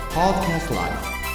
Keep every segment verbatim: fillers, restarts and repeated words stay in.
Podcast Live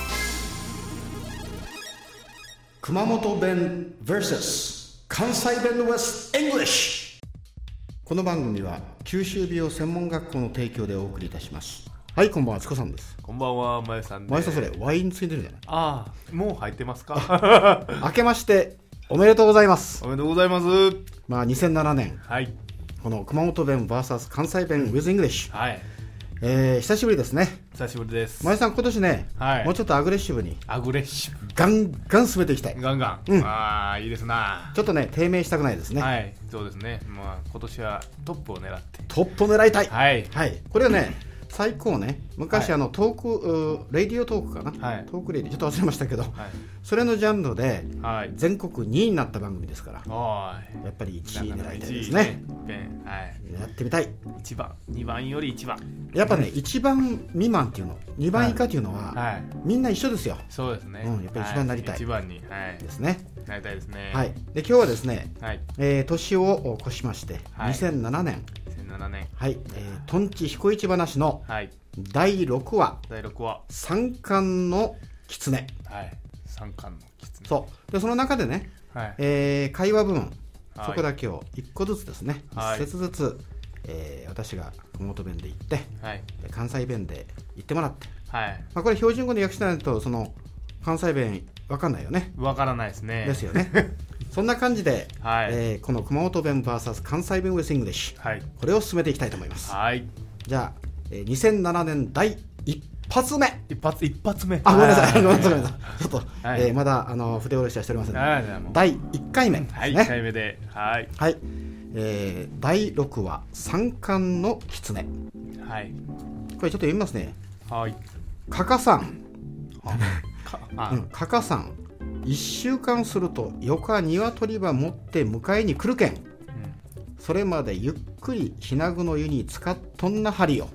熊本弁 ブイエス 関西弁 with English。 この番組は九州美容専門学校の提供でお送りいたします。はい、こんばんは、ちこさんです。 こんばんは、まゆさんです。 まゆさん、それワインついてるじゃない。 ああ、もう入ってますか。 明けましておめでとうございます。 おめでとうございます。 まあにせんななねん、 はい、 この熊本弁 ブイエス 関西弁 with English、 はい、 えー、久しぶりですね。 久しぶりです。 まゆさん、今年ね、はい、もうちょっとアグレッシブにアグレッシブガンガン進めていきたい。 ガンガン、うん、ああ、いいですな。 ちょっとね、低迷したくないですね。 はい、そうですね。まあ今年はトップを狙ってトップを狙いたい。 はい、 はい、これはね最高ね、昔、はい、あのトークレディオトークかな、はい、トークレディちょっと忘れましたけど、はい、それのジャンルで全国にいになった番組ですから、はい、やっぱりいちい狙いたいですね。はい、やってみたい。 いちばん、にばんよりいちばん、 やっぱねいちばん未満っていうの、にばん以下っていうのは、はい、みんな一緒ですよ。 そうですね、 うん、やっぱりいちばんになりたい、 はい、いちばんに、はい、 ですね。 なりたいですね。 はい、で今日はですね、はい、えー、年を越しまして、はい、にせんななねん、はい、えー、とんち彦市話のだいろくわ、 だいろくわ、 三冠の狐。 はい、三冠の狐。 そうで、その中でね、はい、えー、会話部分、はい、そこだけをいっこずつですね、はい、いっせつずつ、えー、私が熊本弁で言って、はい、関西弁で言ってもらって、はい、まあ、これ標準語で訳しないとその関西弁分かんないよね。 分からないですね。 ですよね。そんな感じで、はい、えー、この熊本弁 ブイエス 関西弁 with English、はい、これを進めていきたいと思います。はい、じゃあ、えー、にせんななねんだいいっぱつめ。 一発一発目。 あ、ごめんなさい、ごめんなさい、ごめんなさい。ちょっと、はい、えー、まだあの筆下ろしはしておりません、ね。はい、だいいっかいめですね。はい、いっかいめで、はい、はい、えー、だいろくわ三冠の狐。はい。これちょっと読みますね。はい。かかさん。か、うん、かかさん。いっしゅうかんするとよか鶏ば持って迎えに来るけん、うん、それまでゆっくりひなぐの湯に使っとんなはりよ。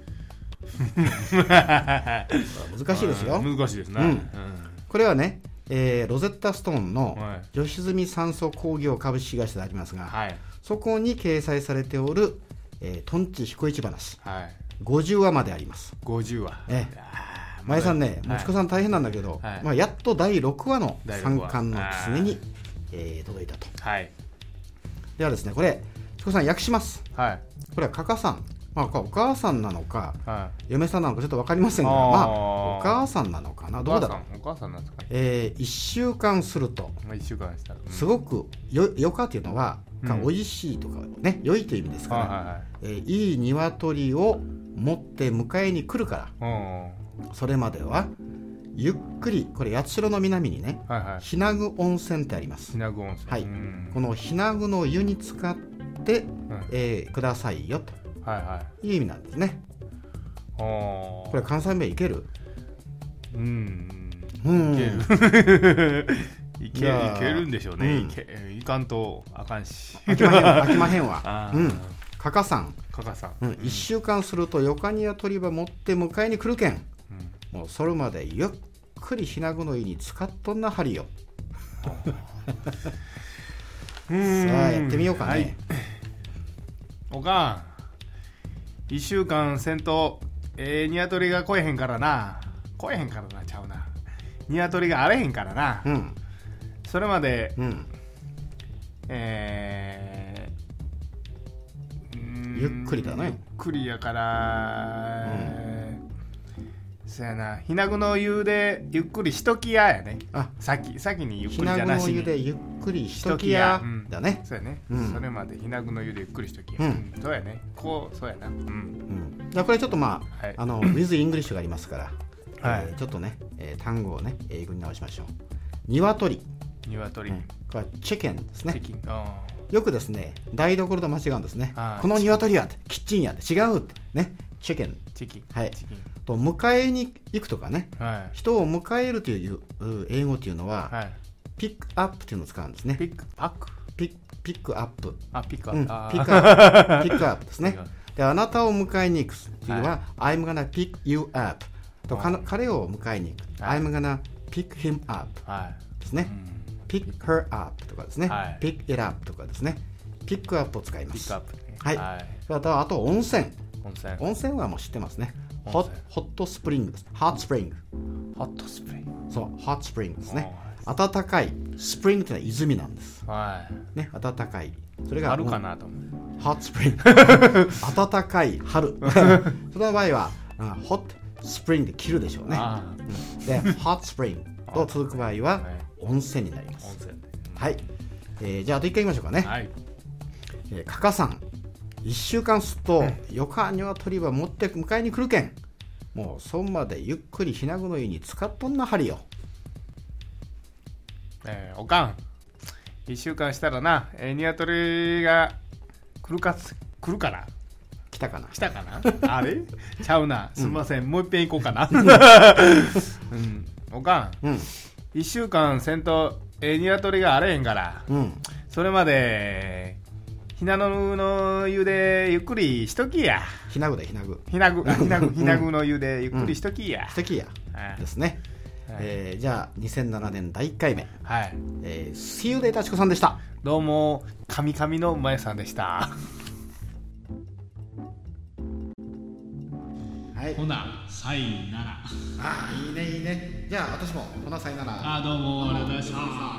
難しいですよ。 難しいですね、うんうん、 これはね、えー、ロゼッタストーンの吉住酸素工業株式会社でありますが、はい、そこに掲載されておる、えー、とんち彦市話、はい、ごじゅうわまであります。 ごじゅうわ、 えーまゆさんね、息子さん大変なんだけど、はい、まあ、やっとだいろくわの三冠の狐に、えー、届いたと、はい、ではですね、これ息子さん訳します、はい、これはかかさん、まあ、お母さんなのか、はい、嫁さんなのかちょっと分かりませんが、まあ、お母さんなのかな、どうだろう。 お母さんなんですかね。 えー、いっしゅうかんすると、 いっしゅうかんしたら、うん、 すごくよ、よかっていうのは、うん、おいしいとかね、良いという意味ですから、はいはいはい、えー、いい鶏を持って迎えに来るから、うん、それまではゆっくり、これ八代の南にね、はいはい、日名具温泉ってあります。 日名具温泉、 はい、この日名具の湯に浸かって、うん、えー、くださいよと、はいはい、いう意味なんですね。これ関西弁いける？ うん、うん、いける。いけ、いけるんでしょうね、うん、いけ、いかんとあかんし飽きまへん、飽きまへんわ。うん、かかさん、 かかさん、 うん、いっしゅうかんするとよかにや鳥ば持って迎えに来るけん、うん、もうそれまでゆっくりひなぐの湯に使っとんなはりよ。さあやってみようかね、はい、 おかんいっしゅうかんせんとええー、ニワトリが来えへんからな、来えへんからなちゃうな、ニワトリがあれへんからな、うん、それまで、うん、えー、ゆっくりだね。 ゆっくりやから、うん、そやな、ひなぐの湯でゆっくりしときややね。あ、先先にゆっくりじゃなしにひなぐの湯でゆっくりしときやだね。 そうやね、うん、それまでひなぐの湯でゆっくりしときや、うん、そうやね、こう、そうやな、うん、うん、 じゃあこれちょっとまあ、はい、あの with English がありますから、はい、えー、ちょっとね、えー、単語をね英語に直しましょう。鶏、 鶏、うん、 これはチキンですね。チキン、あ、よくですね台所と間違うんですね。この鶏はキッチンやって違うってね、チキン、 チキン、 はい、 チキンと迎えに行くとかね、はい、人を迎えるという英語というのは、はい、ピックアップというのを使うんですね。 ピックアップ、 ピッピックアップ、 あ、ピックアップ、うん、 ピックアップ、ピックアップですね。で、あなたを迎えに行くというのは、はい、I'm gonna pick you up と彼を迎えに行く、はい、I'm gonna pick him up、はい、ですね。pick her up とかですね、はい、pick it up とかですね、ピックアップを使います。 ピックアップ、ね、 はい、はい、あと、あと温泉、 温泉、 温泉はもう知ってますね。 ホットスプリングです。ホットスプリング。 ホットスプリング。 そう、ホットスプリングですね。暖かい。スプリングというのは泉なんです。 はい。 ね、暖かい。それが春かなと思う。 ホットスプリング。暖かい春。その場合は、ホットスプリングで切るでしょうね。で、ホットスプリングと続く場合は、温泉になります。はい。えー、じゃあ、あと一回言いましょうかね。はい。えー、かかさん。いっしゅうかんすっと、よかにわとりは持って迎えに来るけん。もう、そんまでゆっくりひなぐの湯に使っとんなはりよ。 えー、おかん。いっしゅうかんしたらな、えー、ニワトリが来るか、来るかな。 来たかな。 来たかな。あれちゃうな。すみません、うん、もう一遍行こうかな。うん、おかん。うん、いっしゅうかんせんと、えー、ニワトリがあれへんから、うん、それまで、ひなのの湯でゆっくりしときや。 ひなぐでひなぐ。 ひなぐ、ひなぐ、ひなぐの湯でゆっくりしときや。 うん、しときや。ですね。はい、えー、じゃあにせんななねんだいいっかいめ。はい。えー、See you later ちこさんでした。 どうも、神々のまゆさんでした。 はい。ほな、さいなら。 ああ、いいねいいね。じゃあ私もほなさいなら。 あ、どうもありがとうございました。